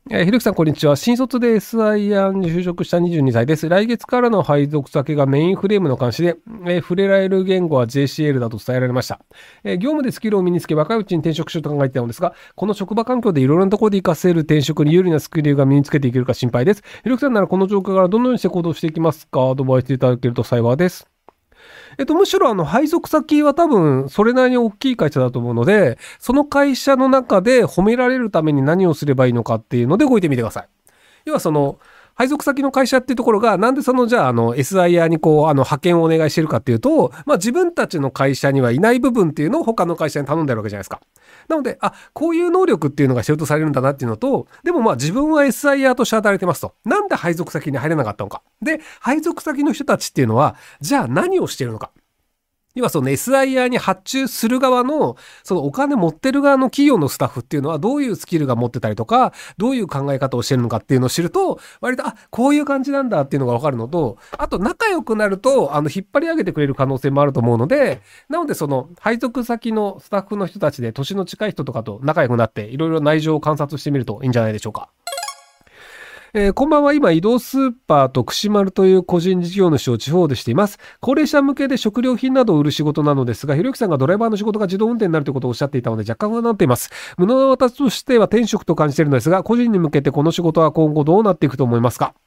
ひろきさん、こんにちは。新卒で SIR に就職した22歳です。来月からの配属先がメインフレームの監視で、触れられる言語は JCL だと伝えられました。業務でスキルを身につけ、若いうちに転職しようと考えていたのですが、この職場環境でいろいろなところで活かせる転職に有利なスキルが身につけていけるか心配です。ひろきさんならこの状況からどのようにして行動していきますか？アドバイスいただけると幸いです。むしろ配属先は多分それなりに大きい会社だと思うので、その会社の中で褒められるために何をすればいいのかっていうので動いてみてください。要は配属先の会社っていうところが、なんでじゃあSIR に派遣をお願いしてるかっていうと、自分たちの会社にはいない部分っていうのを他の会社に頼んでるわけじゃないですか。なので、こういう能力っていうのが必要とされるんだなっていうのと、でも自分は SIR として働いてますと。なんで配属先に入れなかったのか。で、配属先の人たちっていうのは、じゃあ何をしているのか。要はSIR に発注する側の、お金持ってる側の企業のスタッフっていうのはどういうスキルが持ってたりとか、どういう考え方をしてるのかっていうのを知ると、割と、こういう感じなんだっていうのがわかるのと、あと仲良くなると、引っ張り上げてくれる可能性もあると思うので、なので配属先のスタッフの人たちで年の近い人とかと仲良くなって、いろいろ内情を観察してみるといいんじゃないでしょうか。こんばんは。今、移動スーパーと串丸という個人事業主を地方でしています。高齢者向けで食料品などを売る仕事なのですが、ひろゆきさんがドライバーの仕事が自動運転になるということをおっしゃっていたので若干不安になっています。無能な私としては転職と感じているのですが、個人に向けてこの仕事は今後どうなっていくと思いますか？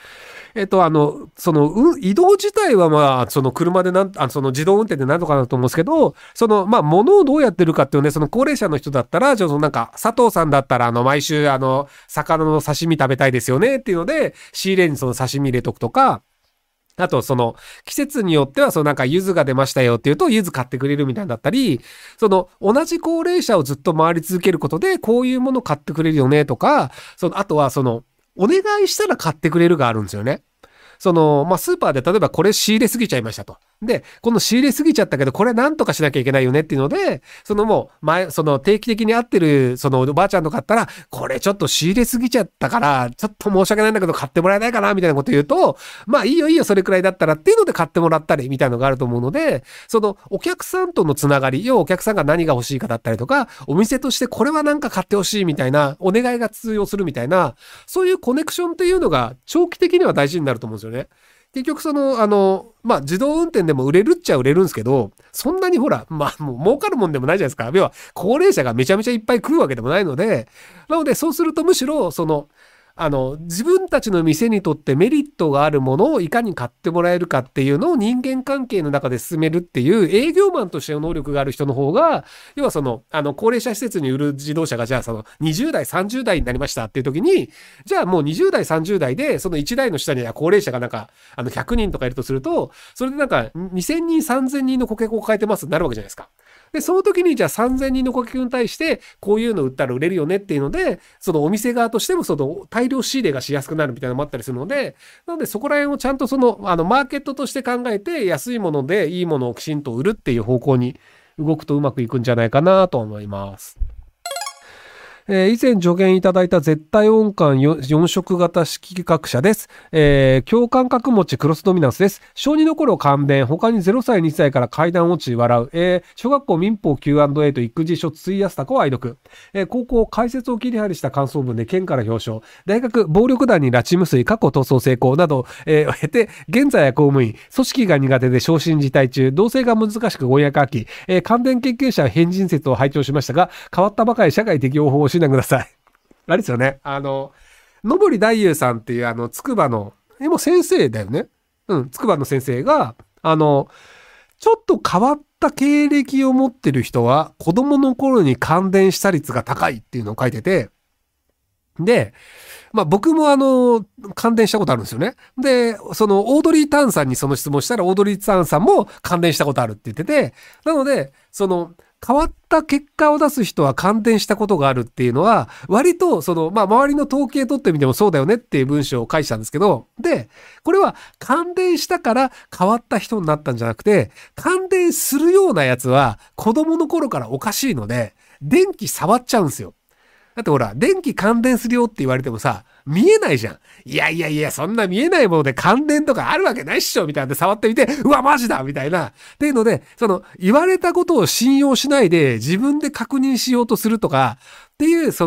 移動自体は車で自動運転でなんとかなると思うんですけど、物をどうやってるかっていうね、高齢者の人だったら、佐藤さんだったら、毎週、魚の刺身食べたいですよねっていうので、仕入れに刺身入れとくとか、あと、季節によっては、柚子が出ましたよっていうと、柚子買ってくれるみたいだったり、同じ高齢者をずっと回り続けることで、こういうもの買ってくれるよねとか、あとは、お願いしたら買ってくれるがあるんですよね。スーパーで例えばこれ仕入れすぎちゃいましたと。で、この仕入れすぎちゃったけど、これなんとかしなきゃいけないよねっていうので、定期的に会ってる、おばあちゃんとかだったら、これちょっと仕入れすぎちゃったから、ちょっと申し訳ないんだけど買ってもらえないかなみたいなこと言うと、いいよいいよ、それくらいだったらっていうので買ってもらったりみたいなのがあると思うので、お客さんとのつながり、要はお客さんが何が欲しいかだったりとか、お店としてこれはなんか買ってほしいみたいな、お願いが通用するみたいな、そういうコネクションっていうのが長期的には大事になると思うんですよね。結局自動運転でも売れるっちゃ売れるんですけど、そんなにもう儲かるもんでもないじゃないですか。要は、高齢者がめちゃめちゃいっぱい来るわけでもないので、なので、そうするとむしろ、自分たちの店にとってメリットがあるものをいかに買ってもらえるかっていうのを人間関係の中で進めるっていう営業マンとしての能力がある人の方が、要は高齢者施設に売る自動車がじゃあ20代、30代になりましたっていう時に、じゃあもう20代、30代で1台の下には高齢者が100人とかいるとすると、それで2000人、3000人の顧客を抱えてますってなるわけじゃないですか。で、その時にじゃあ3000人の顧客に対してこういうの売ったら売れるよねっていうので、お店側としても大量仕入れがしやすくなるみたいなのもあったりするので、なのでそこら辺をちゃんとマーケットとして考えて安いものでいいものをきちんと売るっていう方向に動くとうまくいくんじゃないかなと思います。以前助言いただいた絶対音感4色型色覚者です。共感覚持ちクロスドミナンスです。小2の頃感電、他に0歳2歳から階段落ち笑う。小学校民法 Q&A と育児書費やすたかを愛読。高校解説を切り張りした感想文で県から表彰。大学暴力団に拉致無遂、過去逃走成功など、経て現在は公務員、組織が苦手で昇進辞退中、同棲が難しく婚約秋、関電研究者変人説を拝聴しましたが、変わったばかり社会適応法をしなください。あれですよね。野堀大雄さんっていう筑波の、もう先生だよね。筑波の先生が、ちょっと変わった経歴を持ってる人は子供の頃に感電した率が高いっていうのを書いてて、で、僕も感電したことあるんですよね。で、オードリー・ターンさんにその質問したら、オードリー・ターンさんも感電したことあるって言ってて、なので、変わった結果を出す人は感電したことがあるっていうのは、割と周りの統計取ってみてもそうだよねっていう文章を書いてたんですけど、で、これは感電したから変わった人になったんじゃなくて、感電するようなやつは子供の頃からおかしいので、電気触っちゃうんですよ。だってほら、電気感電するよって言われてもさ、見えないじゃん。いやいやいや、そんな見えないもので感電とかあるわけないっしょみたいなで触ってみて、うわ、マジだみたいな。っていうので、言われたことを信用しないで自分で確認しようとするとか、っていう、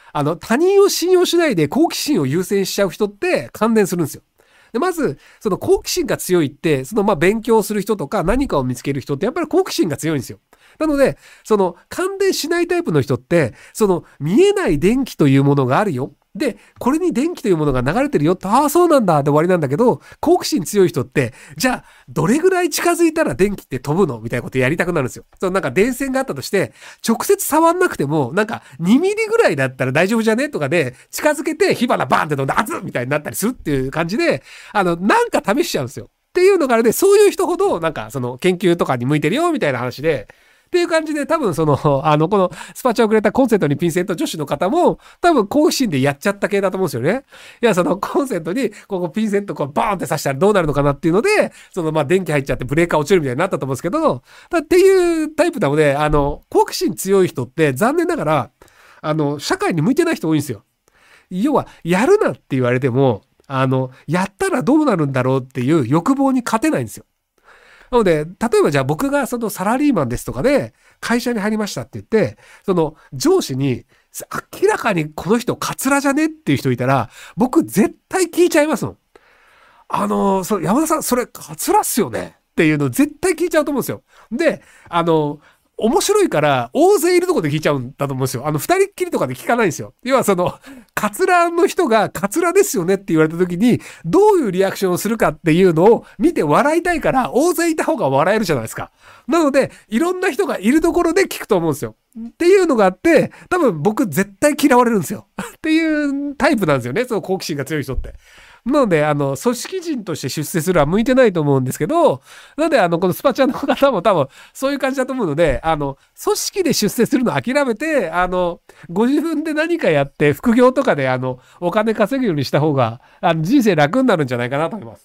他人を信用しないで好奇心を優先しちゃう人って感電するんですよ。で、まず、その好奇心が強いって、勉強する人とか何かを見つける人ってやっぱり好奇心が強いんですよ。なので、感電しないタイプの人って、見えない電気というものがあるよ。で、これに電気というものが流れてるよと、ああ、そうなんだで終わりなんだけど、好奇心強い人って、じゃあ、どれぐらい近づいたら電気って飛ぶのみたいなことやりたくなるんですよ。電線があったとして、直接触んなくても、2ミリぐらいだったら大丈夫じゃねとかで、近づけて火花バーンって飛んで、熱っみたいになったりするっていう感じで、試しちゃうんですよ。っていうのがあれで、そういう人ほど、研究とかに向いてるよ、みたいな話で、っていう感じで多分このスパチャをくれたコンセントにピンセント女子の方も多分好奇心でやっちゃった系だと思うんですよね。いや、コンセントにここピンセントバーンって刺したらどうなるのかなっていうので、電気入っちゃってブレーカー落ちるみたいになったと思うんですけど、っていうタイプなので、好奇心強い人って残念ながら、社会に向いてない人多いんですよ。要は、やるなって言われても、やったらどうなるんだろうっていう欲望に勝てないんですよ。なので、例えばじゃあ僕がサラリーマンですとかで会社に入りましたって言って、上司に明らかにこの人カツラじゃねっていう人いたら、僕絶対聞いちゃいますもん。山田さん、それカツラっすよねっていうの絶対聞いちゃうと思うんですよ。で、面白いから大勢いるとこで聞いちゃうんだと思うんですよ。二人っきりとかで聞かないんですよ。要はカツラの人がカツラですよねって言われた時にどういうリアクションをするかっていうのを見て笑いたいから大勢いた方が笑えるじゃないですか。なのでいろんな人がいるところで聞くと思うんですよ。っていうのがあって多分僕絶対嫌われるんですよ。っていうタイプなんですよね。好奇心が強い人って。なので、組織人として出世するは向いてないと思うんですけど、なので、このスパチャの方も多分、そういう感じだと思うので、組織で出世するの諦めて、ご自分で何かやって、副業とかで、お金稼ぐようにした方が、人生楽になるんじゃないかなと思います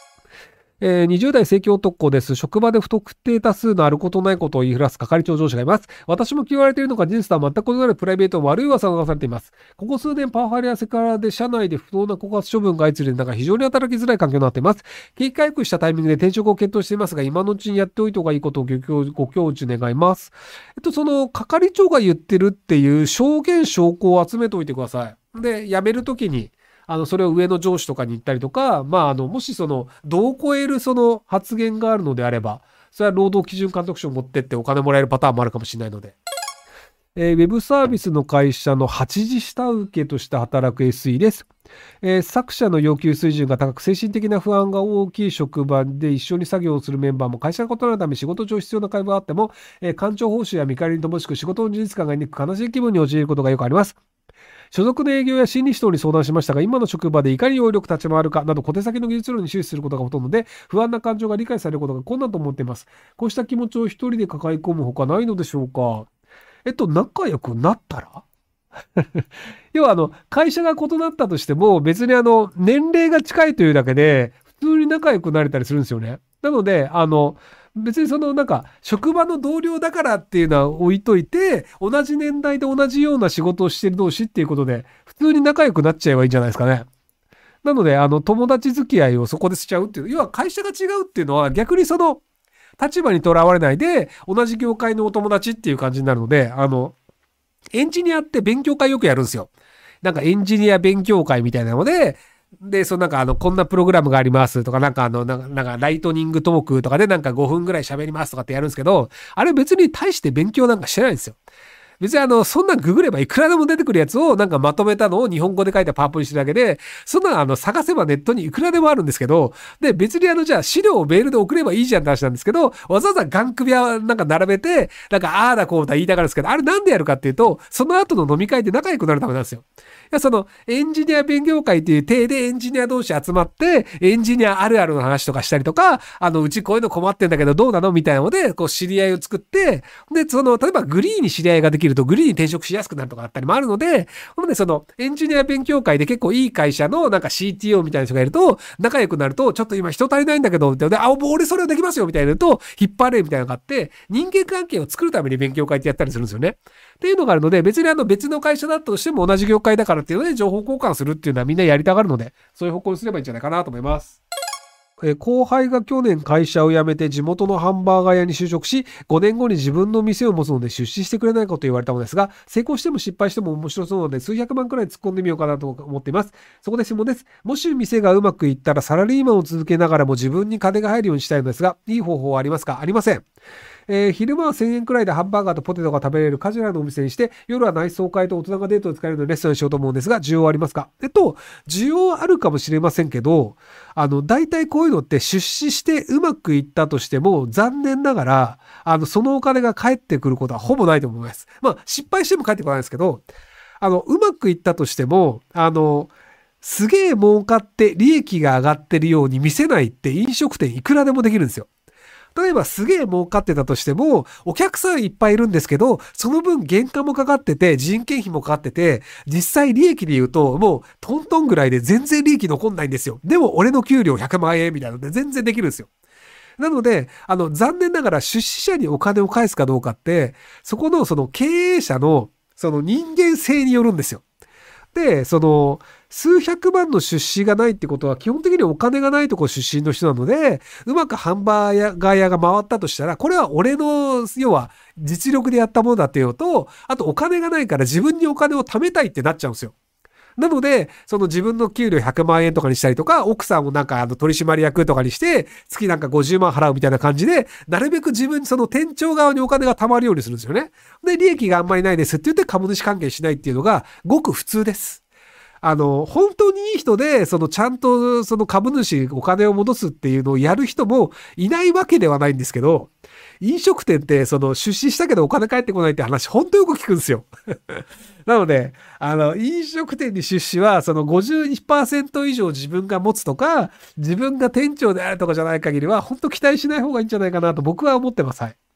。20代正教男です。職場で不特定多数のあることないことを言いふらす係長上司がいます。私も嫌われているのか事実とは全く異なるプライベートを悪い噂が流されています。ここ数年パワハラやセクハラで社内で不当な告発処分が相次いでいる中、非常に働きづらい環境になっています。景気回復したタイミングで転職を検討していますが、今のうちにやっておいた方がいいことをご教授願います。係長が言ってるっていう証言証拠を集めておいてください。で、辞めるときに、それを上の上司とかに言ったりとか、もし度を超える発言があるのであれば、それは労働基準監督署を持ってってお金もらえるパターンもあるかもしれないので。ウェブサービスの会社の8次下請けとして働く SE です。作者の要求水準が高く精神的な不安が大きい職場で一緒に作業をするメンバーも会社が異なるため仕事上必要な会話があっても、官庁報酬や見返りに乏しく仕事の事実感が得にくく悲しい気分に陥ることがよくあります。所属の営業や心理士等に相談しましたが、今の職場でいかに要力立ち回るかなど小手先の技術論に終始することがほとんどで、不安な感情が理解されることが困難と思っています。こうした気持ちを一人で抱え込むほかないのでしょうか。仲良くなったら要は会社が異なったとしても別に年齢が近いというだけで普通に仲良くなれたりするんですよね。なので別に職場の同僚だからっていうのは置いといて、同じ年代で同じような仕事をしてる同士っていうことで普通に仲良くなっちゃえばいいんじゃないですかね。なので友達付き合いをそこでしちゃうっていう、要は会社が違うっていうのは逆に立場にとらわれないで同じ業界のお友達っていう感じになるので、エンジニアって勉強会よくやるんですよ。エンジニア勉強会みたいなので、こんなプログラムがありますとか、ライトニングトークとかで5分ぐらい喋りますとかってやるんですけど、あれ別に大して勉強なんかしてないんですよ。別にそんなググればいくらでも出てくるやつをまとめたのを日本語で書いてパワポにしてるだけで、そんな探せばネットにいくらでもあるんですけど、で、別にじゃあ資料をメールで送ればいいじゃんって話なんですけど、わざわざガン首は並べて、ああだこうだ言いたがるんですけど、あれなんでやるかっていうと、その後の飲み会で仲良くなるためなんですよ。いや、エンジニア勉強会っていう体でエンジニア同士集まって、エンジニアあるあるの話とかしたりとか、うちこういうの困ってんだけどどうなのみたいなので、知り合いを作って、で、例えばグリーに知り合いができるとグリーに転職しやすくなるとかあったりもあるので、エンジニア勉強会で結構いい会社のCTO みたいな人がいると、仲良くなると、ちょっと今人足りないんだけど、で、俺それをできますよみたいなのと、引っ張れみたいなのがあって、人間関係を作るために勉強会ってやったりするんですよね。っていうのがあるので、別に別の会社だったとしても同じ業界だからっていうので情報交換するっていうのはみんなやりたがるので、そういう方向にすればいいんじゃないかなと思います。 後輩が去年会社を辞めて地元のハンバーガー屋に就職し、5年後に自分の店を持つので出資してくれないかと言われたのですが、成功しても失敗しても面白そうなので、数百万くらい突っ込んでみようかなと思っています。そこで質問です。もし店がうまくいったらサラリーマンを続けながらも自分に金が入るようにしたいのですが、いい方法はありますか？ありません。昼間は1000円くらいでハンバーガーとポテトが食べれるカジュアルなお店にして、夜は内装会と大人がデートで使えるのでレストランにしようと思うんですが、需要はありますか？需要はあるかもしれませんけど、大体こういうのって出資してうまくいったとしても、残念ながら、そのお金が返ってくることはほぼないと思います。まあ、失敗しても返ってこないんですけど、うまくいったとしても、すげえ儲かって利益が上がってるように見せないって飲食店いくらでもできるんですよ。例えばすげえ儲かってたとしても、お客さんいっぱいいるんですけど、その分原価もかかってて、人件費もかかってて、実際利益で言うと、もうトントンぐらいで全然利益残んないんですよ。でも俺の給料100万円みたいなので全然できるんですよ。なので、残念ながら出資者にお金を返すかどうかって、そこのその経営者のその人間性によるんですよ。で、数百万の出資がないってことは、基本的にお金がないとこ出身の人なので、うまくハンバーガー屋が回ったとしたら、これは俺の、要は実力でやったものだっていうのと、あとお金がないから自分にお金を貯めたいってなっちゃうんですよ。なので、その自分の給料100万円とかにしたりとか、奥さんをなんか取締役とかにして、月なんか50万払うみたいな感じで、なるべく自分、その店長側にお金が貯まるようにするんですよね。で、利益があんまりないですって言って株主関係しないっていうのが、ごく普通です。本当にいい人で、ちゃんと株主お金を戻すっていうのをやる人もいないわけではないんですけど、飲食店って出資したけどお金返ってこないって話本当よく聞くんですよ。なので、飲食店に出資は52% 以上自分が持つとか、自分が店長であるとかじゃない限りは本当期待しない方がいいんじゃないかなと僕は思ってます。はい。